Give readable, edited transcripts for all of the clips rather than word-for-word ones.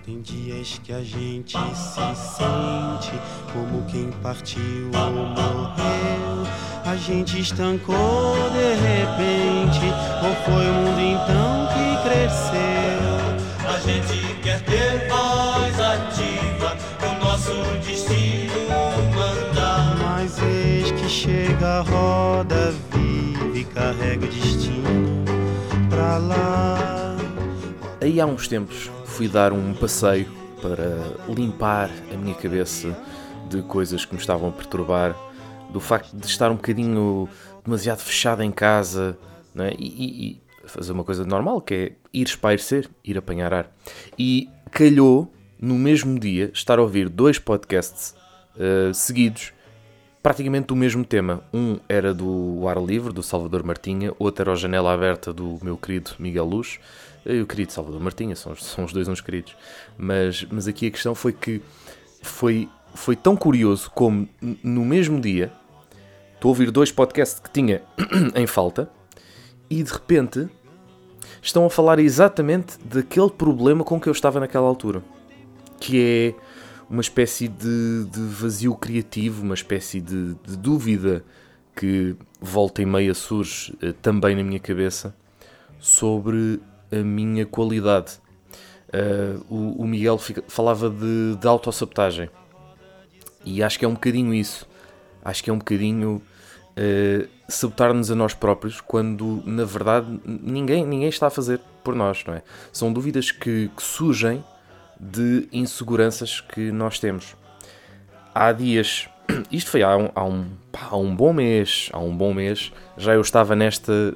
Tem dias que a gente se sente como quem partiu ou morreu. A gente estancou de repente, ou foi o mundo então que cresceu? A gente quer ter voz ativa, o nosso destino mandar. Mas eis que chega a roda viva e carrega o destino pra lá. Aí há uns tempos fui dar um passeio para limpar a minha cabeça de coisas que me estavam a perturbar, do facto de estar um bocadinho demasiado fechado em casa, não é? E fazer uma coisa normal, que é ir espairecer, ir apanhar ar. E calhou, no mesmo dia, estar a ouvir 2 podcasts seguidos, praticamente do mesmo tema. Um era do Ar Livre, do Salvador Martinha, outro era o Janela Aberta, do meu querido Miguel Luz. E o querido Salvador Martinha, são os dois uns queridos. Mas aqui a questão foi que foi tão curioso como no mesmo dia estou a ouvir 2 podcasts que tinha em falta e de repente estão a falar exatamente daquele problema com que eu estava naquela altura, que é uma espécie de vazio criativo, uma espécie de dúvida que volta e meia surge também na minha cabeça sobre a minha qualidade. O Miguel falava de autossabotagem e acho que é um bocadinho isso. Acho que é um bocadinho sabotar-nos a nós próprios quando na verdade ninguém está a fazer por nós, não é? São dúvidas que surgem de inseguranças que nós temos. Há dias, isto foi há um bom mês, já eu estava neste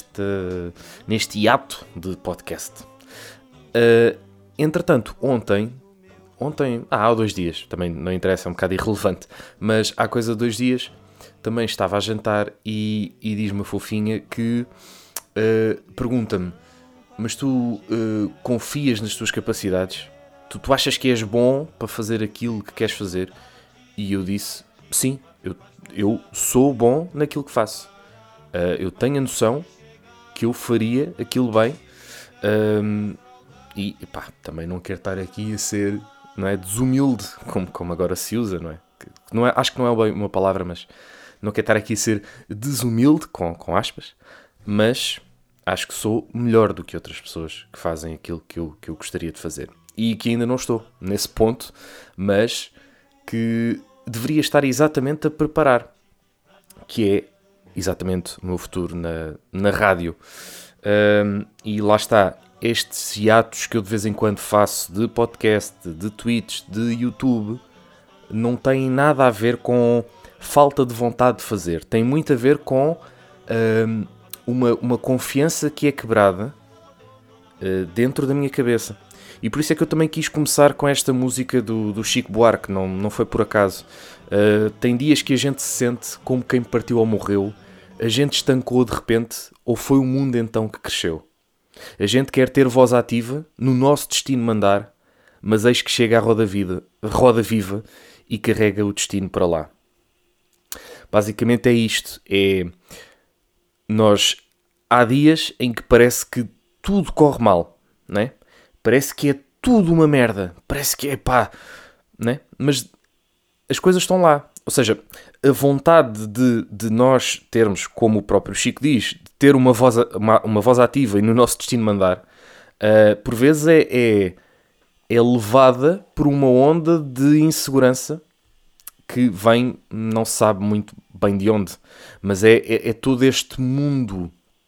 hiato de podcast. Entretanto, ontem, há 2 dias, também não interessa, é um bocado irrelevante, mas há coisa de 2 dias, também estava a jantar e diz-me a fofinha que pergunta-me, mas tu confias nas tuas capacidades? Tu achas que és bom para fazer aquilo que queres fazer? E eu disse, sim, eu sou bom naquilo que faço. Eu tenho a noção que eu faria aquilo bem. E pá, também não quero estar aqui a ser, não é, desumilde, como agora se usa, não é? Acho que não é bem uma palavra, mas não quero estar aqui a ser desumilde, com aspas, mas acho que sou melhor do que outras pessoas que fazem aquilo que eu gostaria de fazer. E que ainda não estou nesse ponto, mas que deveria estar exatamente a preparar, que é exatamente o meu futuro na rádio. E lá está, estes hiatos que eu de vez em quando faço de podcast, de tweets, de YouTube, não têm nada a ver com falta de vontade de fazer. Tem muito a ver com uma confiança que é quebrada dentro da minha cabeça. E por isso é que eu também quis começar com esta música do Chico Buarque, não foi por acaso. Tem dias que a gente se sente como quem partiu ou morreu, a gente estancou de repente, ou foi o mundo então que cresceu. A gente quer ter voz ativa, no nosso destino mandar, mas eis que chega a roda viva e carrega o destino para lá. Basicamente é isto, há dias em que parece que tudo corre mal, não é? Parece que é tudo uma merda. Parece que é pá, né? Mas as coisas estão lá. Ou seja, a vontade de nós termos, como o próprio Chico diz, de ter uma voz ativa e no nosso destino mandar, por vezes é levada por uma onda de insegurança que vem, não se sabe muito bem de onde, mas é todo este mundo.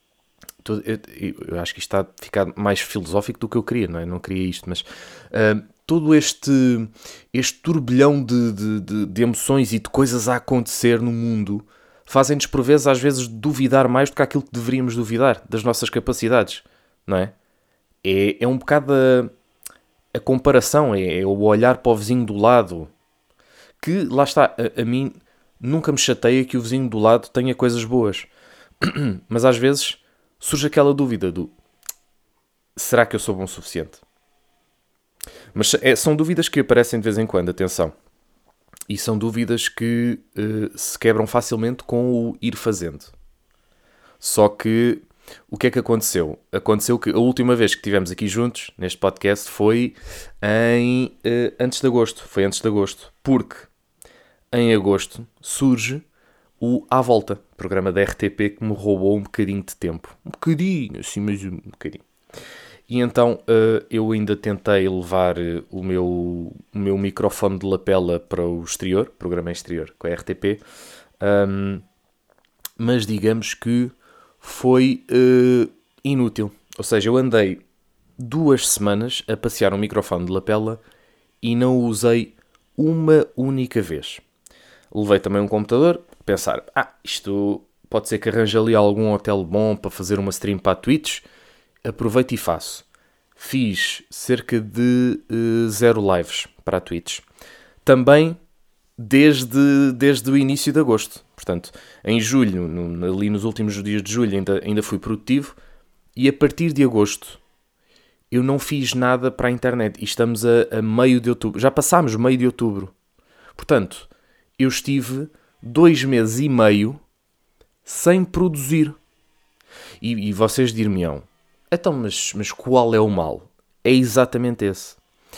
Eu acho que isto está a ficar mais filosófico do que eu queria, não é? Não queria isto, mas todo este turbilhão de emoções e de coisas a acontecer no mundo fazem-nos por vezes, às vezes, duvidar mais do que aquilo que deveríamos duvidar das nossas capacidades, não é? É um bocado a comparação, é o olhar para o vizinho do lado, que, lá está, a mim nunca me chateia que o vizinho do lado tenha coisas boas, mas às vezes surge aquela dúvida do será que eu sou bom o suficiente? Mas são dúvidas que aparecem de vez em quando, atenção. E são dúvidas que se quebram facilmente com o ir fazendo. Só que o que é que aconteceu? Aconteceu que a última vez que estivemos aqui juntos, neste podcast, foi antes de agosto. Foi antes de agosto. Porque em agosto surge o À Volta, programa da RTP que me roubou um bocadinho de tempo. Um bocadinho, assim, mas um bocadinho. E então eu ainda tentei levar o meu microfone de lapela para o exterior, programa em exterior, com a RTP. Mas digamos que foi inútil. Ou seja, eu andei 2 semanas a passear um microfone de lapela e não o usei uma única vez. Levei também um computador, a pensar, isto pode ser que arranje ali algum hotel bom para fazer uma stream para a Twitch. Aproveito e faço. Fiz cerca de 0 lives para a Twitch. Também desde o início de agosto. Portanto, em julho, ali nos últimos dias de julho, ainda fui produtivo. E a partir de agosto, eu não fiz nada para a internet. E estamos a meio de outubro. Já passámos meio de outubro. Portanto, eu estive 2 meses e meio sem produzir. E vocês dir-me-ão, então, mas qual é o mal? É exatamente esse.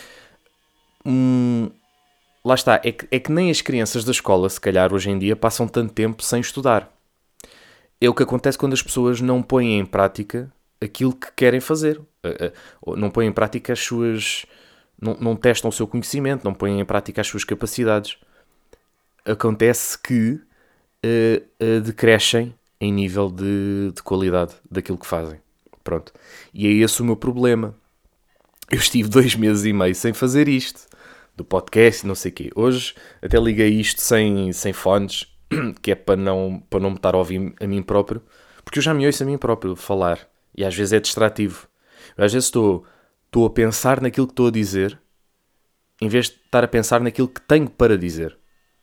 Lá está, é que nem as crianças da escola, se calhar, hoje em dia, passam tanto tempo sem estudar. É o que acontece quando as pessoas não põem em prática aquilo que querem fazer. Não põem em prática as suas... Não testam o seu conhecimento, não põem em prática as suas capacidades. Acontece que decrescem em nível de qualidade daquilo que fazem. Pronto. E é esse o meu problema. Eu estive 2 meses e meio sem fazer isto. Do podcast e não sei o quê. Hoje até liguei isto sem fones, que é para não me estar a ouvir a mim próprio. Porque eu já me ouço a mim próprio falar. E às vezes é distrativo. Eu, às vezes estou a pensar naquilo que estou a dizer, em vez de estar a pensar naquilo que tenho para dizer.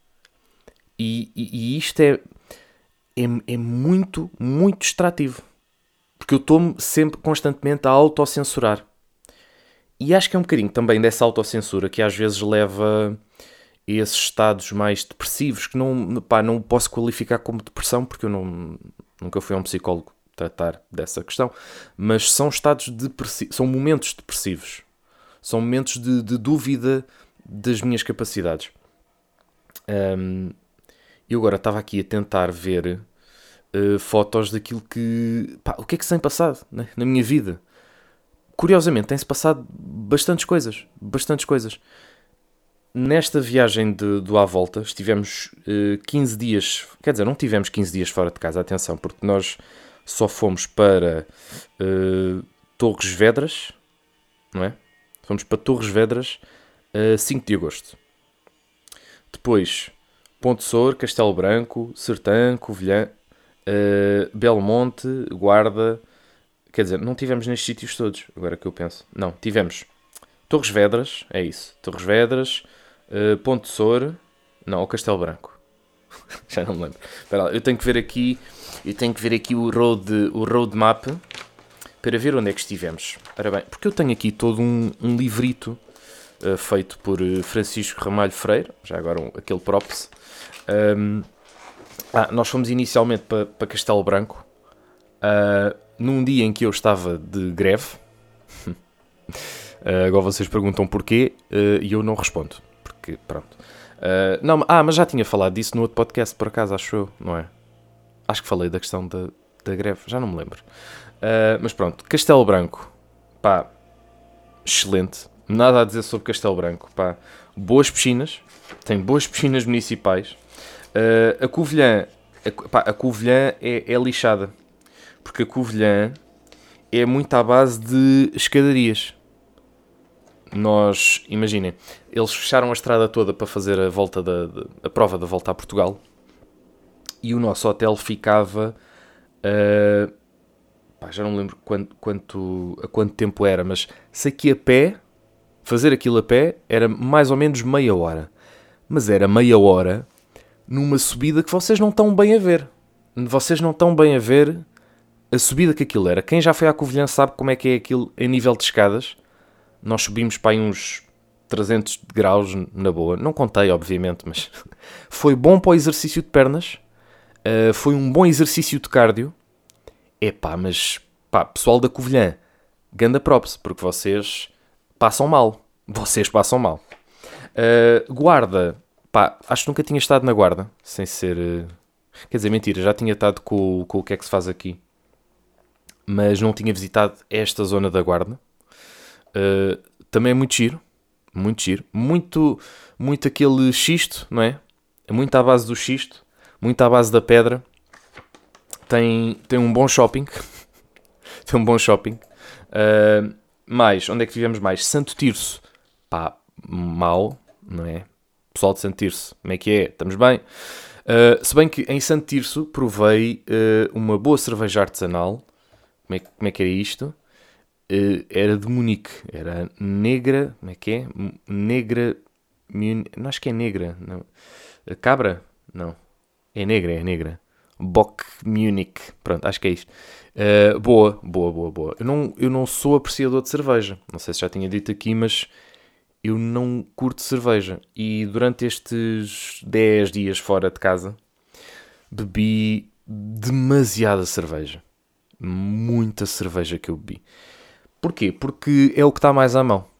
E isto é muito, muito distrativo. Porque eu estou-me sempre, constantemente, a autocensurar. E acho que é um bocadinho também dessa autocensura que às vezes leva a esses estados mais depressivos, que não posso qualificar como depressão, porque eu nunca fui a um psicólogo tratar dessa questão, mas são estados depressivos, são momentos depressivos. São momentos de dúvida das minhas capacidades. Eu agora estava aqui a tentar ver fotos daquilo que... o que é que se tem passado, né, na minha vida. Curiosamente, tem-se passado bastantes coisas. Nesta viagem do À Volta, estivemos 15 dias... Quer dizer, não tivemos 15 dias fora de casa, atenção, porque nós só fomos para Torres Vedras, não é? Fomos para Torres Vedras 5 de agosto. Depois, Ponte Soure, Castelo Branco, Sertã, Covilhã, Belmonte, Guarda... Quer dizer, não tivemos nestes sítios todos, agora que eu penso. Não, tivemos Torres Vedras, é isso. Torres Vedras, Ponte Soure, não, o Castelo Branco. Já não me lembro. Espera lá, eu tenho que ver aqui o roadmap para ver onde é que estivemos. Ora bem, porque eu tenho aqui todo um livrito feito por Francisco Ramalho Freire, já agora aquele props. Nós fomos inicialmente para Castelo Branco, num dia em que eu estava de greve. Agora vocês perguntam porquê e eu não respondo, porque pronto. Mas já tinha falado disso no outro podcast, por acaso, acho eu, não é? Acho que falei da questão da greve, já não me lembro. Mas pronto, Castelo Branco, pá, excelente. Nada a dizer sobre Castelo Branco, pá. Boas piscinas, tem boas piscinas municipais. A Covilhã, a Covilhã é lixada, porque a Covilhã é muito à base de escadarias. Nós, imaginem, eles fecharam a estrada toda para fazer a prova da volta a Portugal, e o nosso hotel ficava já não me lembro a quanto tempo era, mas sei que a pé, fazer aquilo a pé era mais ou menos meia hora, mas era meia hora numa subida que vocês não estão bem a ver. Vocês não estão bem a ver a subida que aquilo era. Quem já foi à Covilhã sabe como é que é aquilo a nível de escadas. Nós subimos para aí uns 300 graus na boa. Não contei, obviamente, mas foi bom para o exercício de pernas. Foi um bom exercício de cardio. Epá, mas pá, pessoal da Covilhã, ganda props, porque vocês passam mal. Vocês passam mal. Guarda, pá, acho que nunca tinha estado na Guarda, sem ser... Quer dizer, mentira, já tinha estado com o que é que se faz aqui, mas não tinha visitado esta zona da Guarda. Também é muito giro, muito giro. Muito aquele xisto, não é? É muito à base do xisto, muito à base da pedra. Tem um bom shopping. Tem um bom shopping. Mais, onde é que vivemos mais? Santo Tirso. Pá, mal, não é? Pessoal de Santo Tirso, como é que é? Estamos bem? Se bem que em Santo Tirso provei uma boa cerveja artesanal. Como é que era isto? Era de Munique. Era negra... Como é que é? Negra... Não, acho que é negra. Não. Cabra? Não. É negra. Bock Munich. Pronto, acho que é isto. Boa. Eu não sou apreciador de cerveja. Não sei se já tinha dito aqui, mas eu não curto cerveja. E durante estes 10 dias fora de casa, bebi demasiada cerveja. Muita cerveja que eu bebi. Porquê? Porque é o que está mais à mão.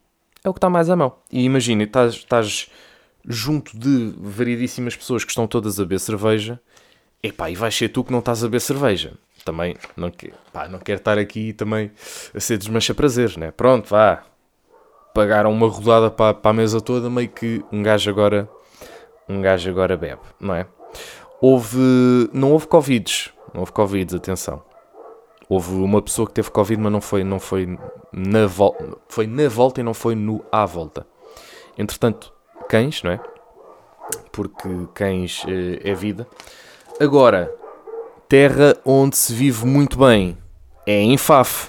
E imagina, estás junto de variedíssimas pessoas que estão todas a beber cerveja. Epá, e vais ser tu que não estás a beber cerveja. Também não quero estar aqui também a ser desmancha-prazeres, né? Pronto, vá. Pagaram uma rodada para a mesa toda, meio que um gajo agora bebe, não é? Não houve Covids, atenção. Houve uma pessoa que teve Covid, mas não foi na volta. Foi na volta e não foi à volta. Entretanto, cães, não é? Porque cães é vida. Agora, terra onde se vive muito bem é em Faf.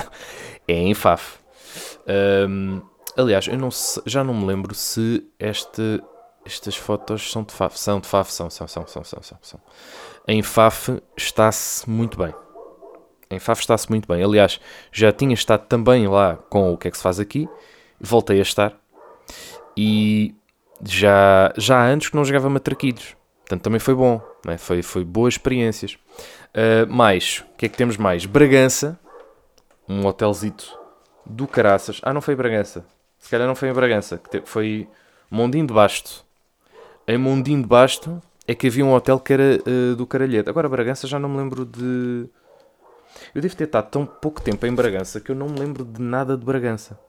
Aliás, eu já não me lembro se estas fotos são de Faf. São de Faf, são. Em Faf está-se muito bem. Aliás, já tinha estado também lá com o que é que se faz aqui. Voltei a estar. E já há anos que não jogava matraquilhos. Portanto, também foi bom. Não é? Foi boas experiências. Mais, o que é que temos mais? Bragança. Um hotelzito do caraças. Não foi Bragança. Se calhar não foi em Bragança. Foi Mondim de Basto. Em Mondim de Basto é que havia um hotel que era do Caralhete. Agora Bragança já não me lembro de... Eu devo ter estado tão pouco tempo em Bragança que eu não me lembro de nada de Bragança.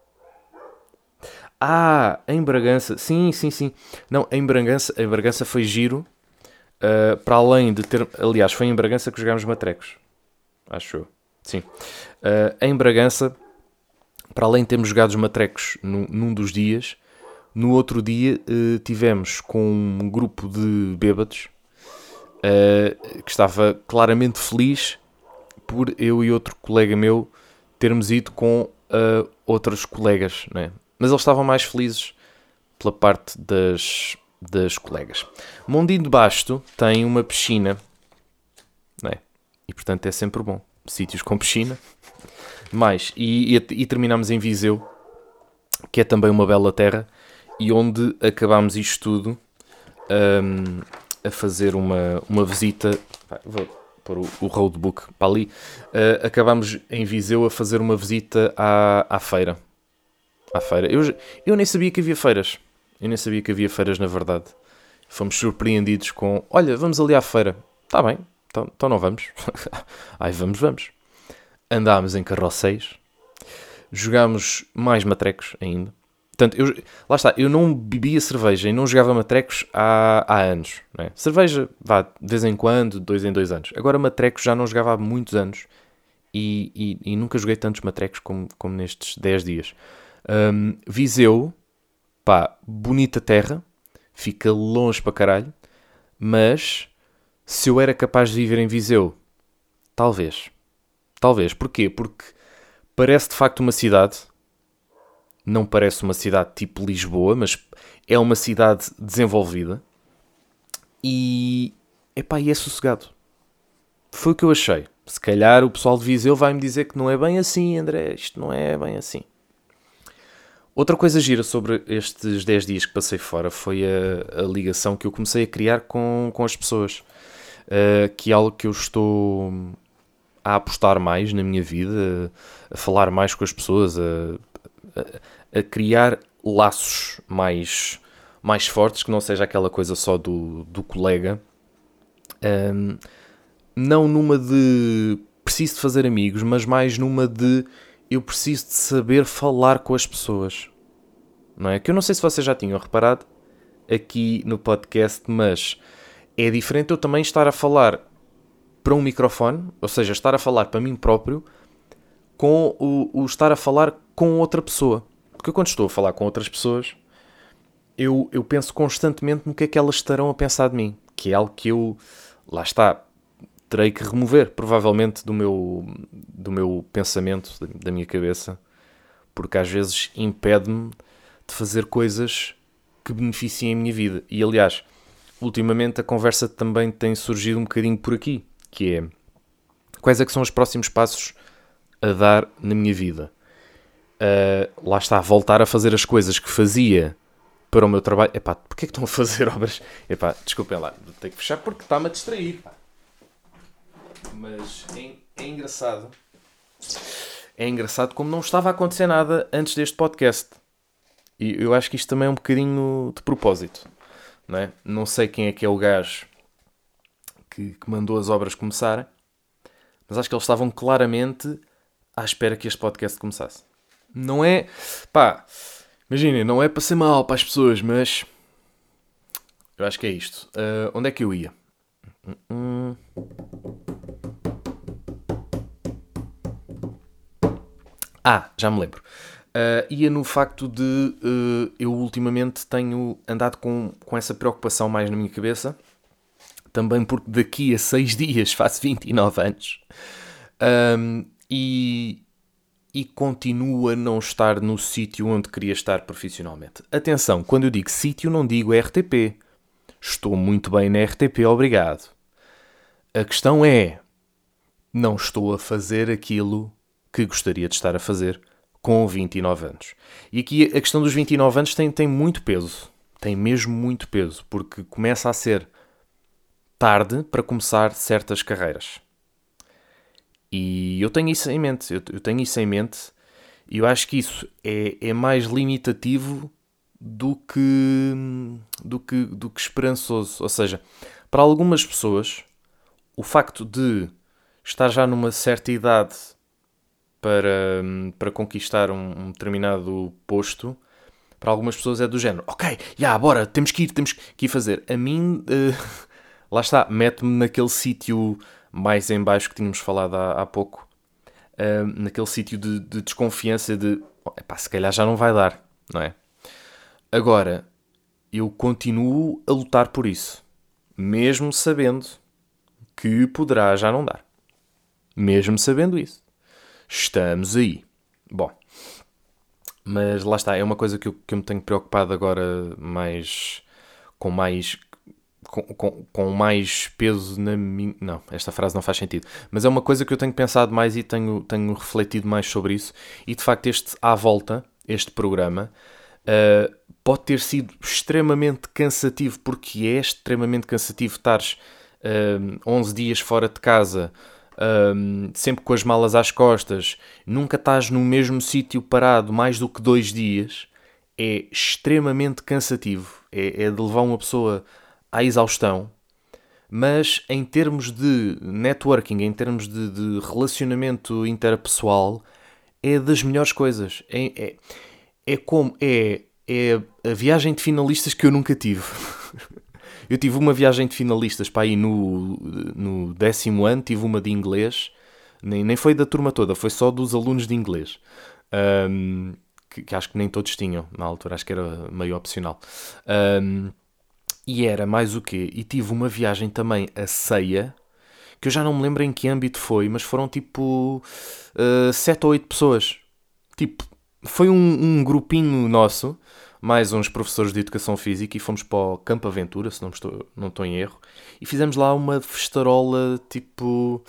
Em Bragança. Sim. Não, em Bragança foi giro. Para além de ter... Aliás, foi em Bragança que jogámos matrecos. Acho eu. Sim. Em Bragança, para além de termos jogado os matrecos num dos dias, no outro dia tivemos com um grupo de bêbados que estava claramente feliz por eu e outro colega meu termos ido com outros colegas, né? Mas eles estavam mais felizes pela parte das colegas. Mondim de Basto tem uma piscina, né? E portanto é sempre bom. Sítios com piscina. E terminámos em Viseu, que é também uma bela terra, e onde acabámos isto tudo a fazer uma visita. Vou pôr o roadbook para ali. Acabámos em Viseu a fazer uma visita à feira. Eu nem sabia que havia feiras. Na verdade. Fomos surpreendidos com... Olha, vamos ali à feira. Está bem, então não vamos. Vamos. Andámos em carroceiros. Jogámos mais matrecos ainda. Portanto, lá está, eu não bebia cerveja e não jogava matrecos há anos. Não é? Cerveja, de vez em quando, 2 em 2 anos. Agora matrecos já não jogava há muitos anos e nunca joguei tantos matrecos como nestes 10 dias. Viseu, bonita terra, fica longe para caralho, mas se eu era capaz de viver em Viseu, talvez. Porquê? Porque parece de facto uma cidade, não parece uma cidade tipo Lisboa, mas é uma cidade desenvolvida e é sossegado. Foi o que eu achei. Se calhar o pessoal de Viseu vai-me dizer que não é bem assim, André, isto não é bem assim. Outra coisa gira sobre estes 10 dias que passei fora foi a ligação que eu comecei a criar com as pessoas, que é algo que eu estou a apostar mais na minha vida, a falar mais com as pessoas, a criar laços mais fortes, que não seja aquela coisa só do colega. Não numa de preciso de fazer amigos, mas mais numa de eu preciso de saber falar com as pessoas. Não é? Que eu não sei se vocês já tinham reparado aqui no podcast, mas é diferente eu também estar a falar para um microfone, ou seja, estar a falar para mim próprio, com o estar a falar com outra pessoa. Porque eu, quando estou a falar com outras pessoas, eu penso constantemente no que é que elas estarão a pensar de mim, que é algo que eu, lá está, terei que remover, provavelmente, do meu pensamento, da minha cabeça, porque às vezes impede-me de fazer coisas que beneficiem a minha vida. E, aliás, ultimamente a conversa também tem surgido um bocadinho por aqui, que é quais é que são os próximos passos a dar na minha vida. Lá está, voltar a fazer as coisas que fazia para o meu trabalho. Epá, porquê é que estão a fazer obras? Epá, desculpem lá, tenho que fechar porque está-me a distrair. Mas é engraçado. É engraçado como não estava a acontecer nada antes deste podcast. E eu acho que isto também é um bocadinho de propósito. Não é? Não sei quem é o gajo que mandou as obras começarem, mas acho que eles estavam claramente à espera que este podcast começasse. Não é... Pá, imaginem, não é para ser mal para as pessoas, mas... eu acho que é isto. Onde é que eu ia? Já me lembro. Ia no facto de eu ultimamente tenho andado com essa preocupação mais na minha cabeça, também porque daqui a 6 dias faço 29 anos, e continuo a não estar no sítio onde queria estar profissionalmente. Atenção, quando eu digo sítio não digo RTP. Estou muito bem na RTP, obrigado. A questão é, não estou a fazer aquilo que gostaria de estar a fazer com 29 anos. E aqui a questão dos 29 anos tem muito peso. Tem mesmo muito peso, porque começa a ser tarde para começar certas carreiras. E eu tenho isso em mente. Eu tenho isso em mente e eu acho que isso é mais limitativo do que esperançoso. Ou seja, para algumas pessoas, o facto de estar já numa certa idade para conquistar um determinado posto, para algumas pessoas é do género, ok, bora, temos que ir fazer. A mim, lá está, mete-me naquele sítio mais em baixo que tínhamos falado há pouco, naquele sítio de desconfiança de, se calhar já não vai dar, não é? Agora, eu continuo a lutar por isso, mesmo sabendo que poderá já não dar. Mesmo sabendo isso. Estamos aí. Bom, mas lá está, é uma coisa que eu me tenho preocupado agora com mais peso na minha... Não, esta frase não faz sentido. Mas é uma coisa que eu tenho pensado mais e tenho refletido mais sobre isso. E de facto este programa, pode ter sido extremamente cansativo, porque é extremamente cansativo estares 11 dias fora de casa, sempre com as malas às costas, nunca estás no mesmo sítio parado mais do que 2 dias. É extremamente cansativo, é de levar uma pessoa à exaustão, mas em termos de networking, em termos de relacionamento interpessoal, é das melhores coisas. É a viagem de finalistas que eu nunca tive. Eu tive uma viagem de finalistas para aí no 10º ano, tive uma de inglês, nem foi da turma toda, foi só dos alunos de inglês, que acho que nem todos tinham, na altura, acho que era meio opcional. E era mais o quê? E tive uma viagem também a ceia, que eu já não me lembro em que âmbito foi, mas foram tipo 7 ou 8 pessoas. Tipo, foi um grupinho nosso, mais uns professores de Educação Física, e fomos para o Campo Aventura, se não estou em erro, e fizemos lá uma festarola, tipo,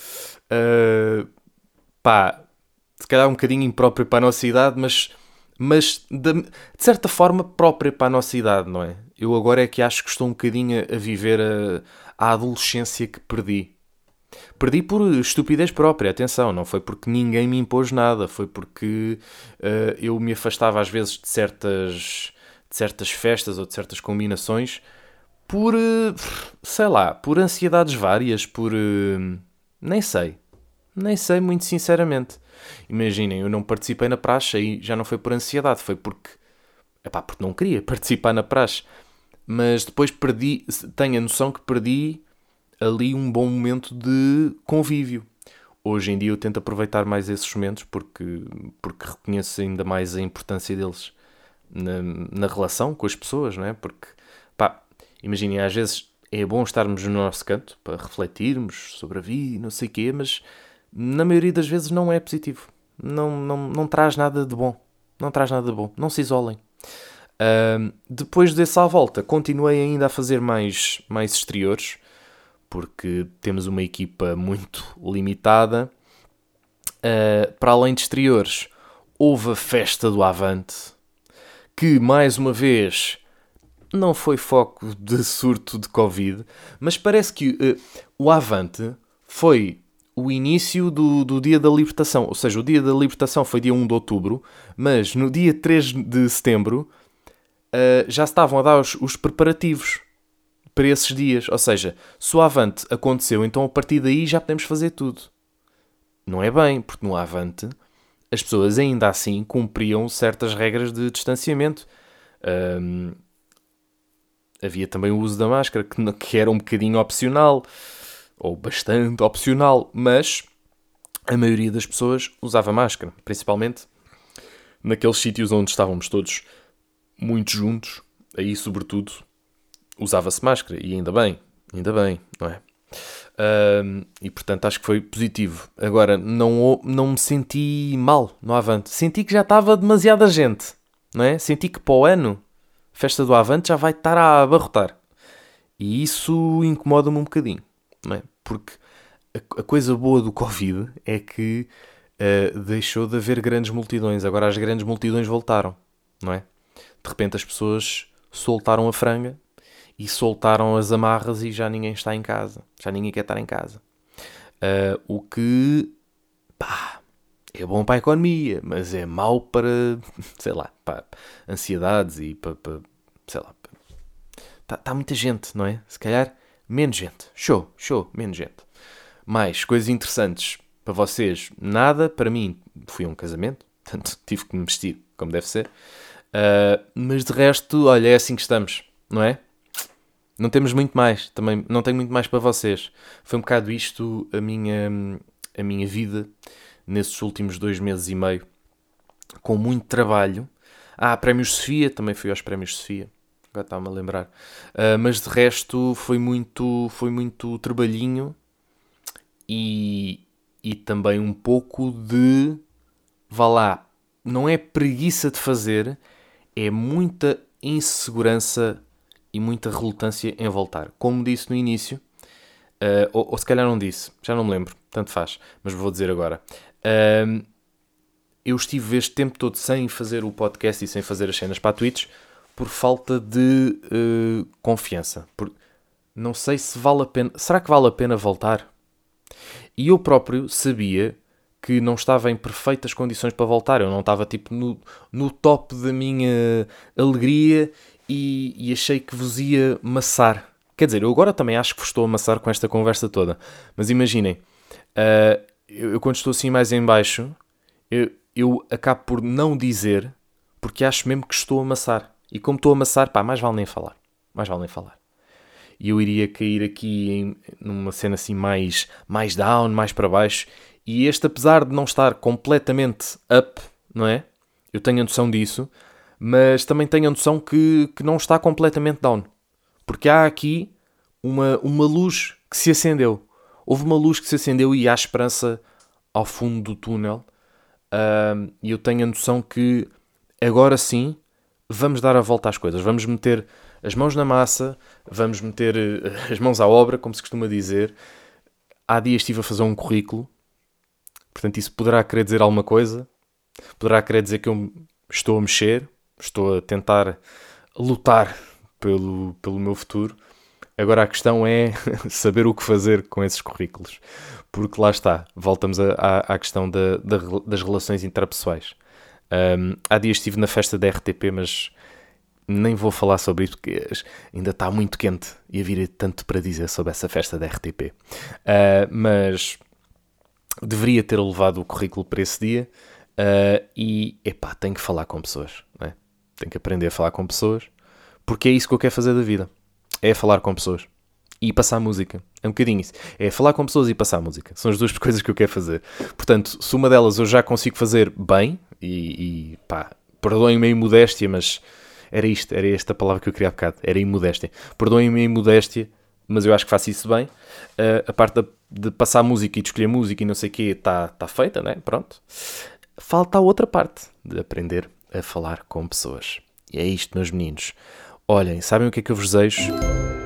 se calhar um bocadinho imprópria para a nossa idade, mas de certa forma própria para a nossa idade, não é? Eu agora é que acho que estou um bocadinho a viver a adolescência que perdi. Perdi por estupidez própria, atenção, não foi porque ninguém me impôs nada, foi porque eu me afastava às vezes de certas festas ou de certas combinações por, sei lá, por ansiedades várias, por... nem sei muito sinceramente. Imaginem, eu não participei na praxe e já não foi por ansiedade, foi porque não queria participar na praxe. Mas depois tenho a noção que perdi ali um bom momento de convívio. Hoje em dia eu tento aproveitar mais esses momentos porque reconheço ainda mais a importância deles na relação com as pessoas, não é? Porque, imaginem, às vezes é bom estarmos no nosso canto para refletirmos sobre a vida e não sei o quê, mas na maioria das vezes não é positivo. Não traz nada de bom. Não traz nada de bom. Não se isolem. Depois dessa volta, continuei ainda a fazer mais exteriores, porque temos uma equipa muito limitada. Para além de exteriores, houve a festa do Avante, que mais uma vez não foi foco de surto de Covid, mas parece que o Avante foi o início do Dia da Libertação. Ou seja, o Dia da Libertação foi dia 1 de outubro, mas no dia 3 de setembro já se estavam a dar os preparativos para esses dias. Ou seja, se o Avante aconteceu, então a partir daí já podemos fazer tudo. Não é bem, porque no Avante as pessoas ainda assim cumpriam certas regras de distanciamento. Havia também o uso da máscara, que era um bocadinho opcional, ou bastante opcional, mas a maioria das pessoas usava máscara, principalmente naqueles sítios onde estávamos todos muito juntos, aí sobretudo usava-se máscara, e ainda bem, não é? E portanto acho que foi positivo. Agora, não me senti mal no Avante, senti que já estava demasiada gente, não é? Senti que para o ano a festa do Avante já vai estar a abarrotar, e isso incomoda-me um bocadinho, não é? Porque a coisa boa do Covid é que deixou de haver grandes multidões. Agora as grandes multidões voltaram, não é? De repente as pessoas soltaram a franga e soltaram as amarras e já ninguém está em casa. Já ninguém quer estar em casa. O que, é bom para a economia, mas é mau para, sei lá, para ansiedades e para sei lá. Está muita gente, não é? Se calhar menos gente. Show, menos gente. Mais coisas interessantes para vocês, nada. Para mim, fui a um casamento, portanto tive que me vestir como deve ser. Mas de resto, olha, é assim que estamos, não é? Não temos muito mais, também não tenho muito mais para vocês. Foi um bocado isto a minha vida nesses últimos 2 meses e meio, com muito trabalho. Prémios Sofia, também fui aos Prémios Sofia, agora estava-me a lembrar. Mas de resto foi muito trabalhinho e também um pouco de, não é preguiça de fazer, é muita insegurança e muita relutância em voltar. Como disse no início, ou se calhar não disse, já não me lembro, tanto faz, mas vou dizer agora. Eu estive este tempo todo sem fazer o podcast e sem fazer as cenas para a Twitch por falta de confiança. Não sei se vale a pena. Será que vale a pena voltar? E eu próprio sabia que não estava em perfeitas condições para voltar. Eu não estava tipo no top da minha alegria e achei que vos ia maçar. Quer dizer, eu agora também acho que vos estou a maçar com esta conversa toda. Mas imaginem, eu quando estou assim mais em baixo, eu acabo por não dizer, porque acho mesmo que estou a maçar. E como estou a maçar, mais vale nem falar. E eu iria cair aqui numa cena assim mais down, mais para baixo. E este, apesar de não estar completamente up, não é? Eu tenho a noção disso, mas também tenho a noção que não está completamente down. Porque há aqui uma luz que se acendeu. Houve uma luz que se acendeu e há esperança ao fundo do túnel. E eu tenho a noção que agora sim vamos dar a volta às coisas. Vamos meter as mãos na massa, vamos meter as mãos à obra, como se costuma dizer. Há dias estive a fazer um currículo. Portanto, isso poderá querer dizer alguma coisa. Poderá querer dizer que eu estou a mexer. Estou a tentar lutar pelo meu futuro. Agora a questão é saber o que fazer com esses currículos. Porque lá está, voltamos à questão das relações interpessoais. Há dias estive na festa da RTP, mas nem vou falar sobre isso porque ainda está muito quente e havia tanto para dizer sobre essa festa da RTP. Mas deveria ter levado o currículo para esse dia e, tenho que falar com pessoas, não é? Tenho que aprender a falar com pessoas, porque é isso que eu quero fazer da vida. É falar com pessoas e passar música. É um bocadinho isso. É falar com pessoas e passar música. São as duas coisas que eu quero fazer. Portanto, se uma delas eu já consigo fazer bem, perdoem-me a imodéstia, mas era esta a palavra que eu queria há bocado. Era imodéstia. Perdoem-me a imodéstia, mas eu acho que faço isso bem. A parte de passar música e de escolher música e não sei o quê está feita, né? Pronto. Falta a outra parte, de aprender a falar com pessoas. E é isto, meus meninos. Olhem, sabem o que é que eu vos desejo?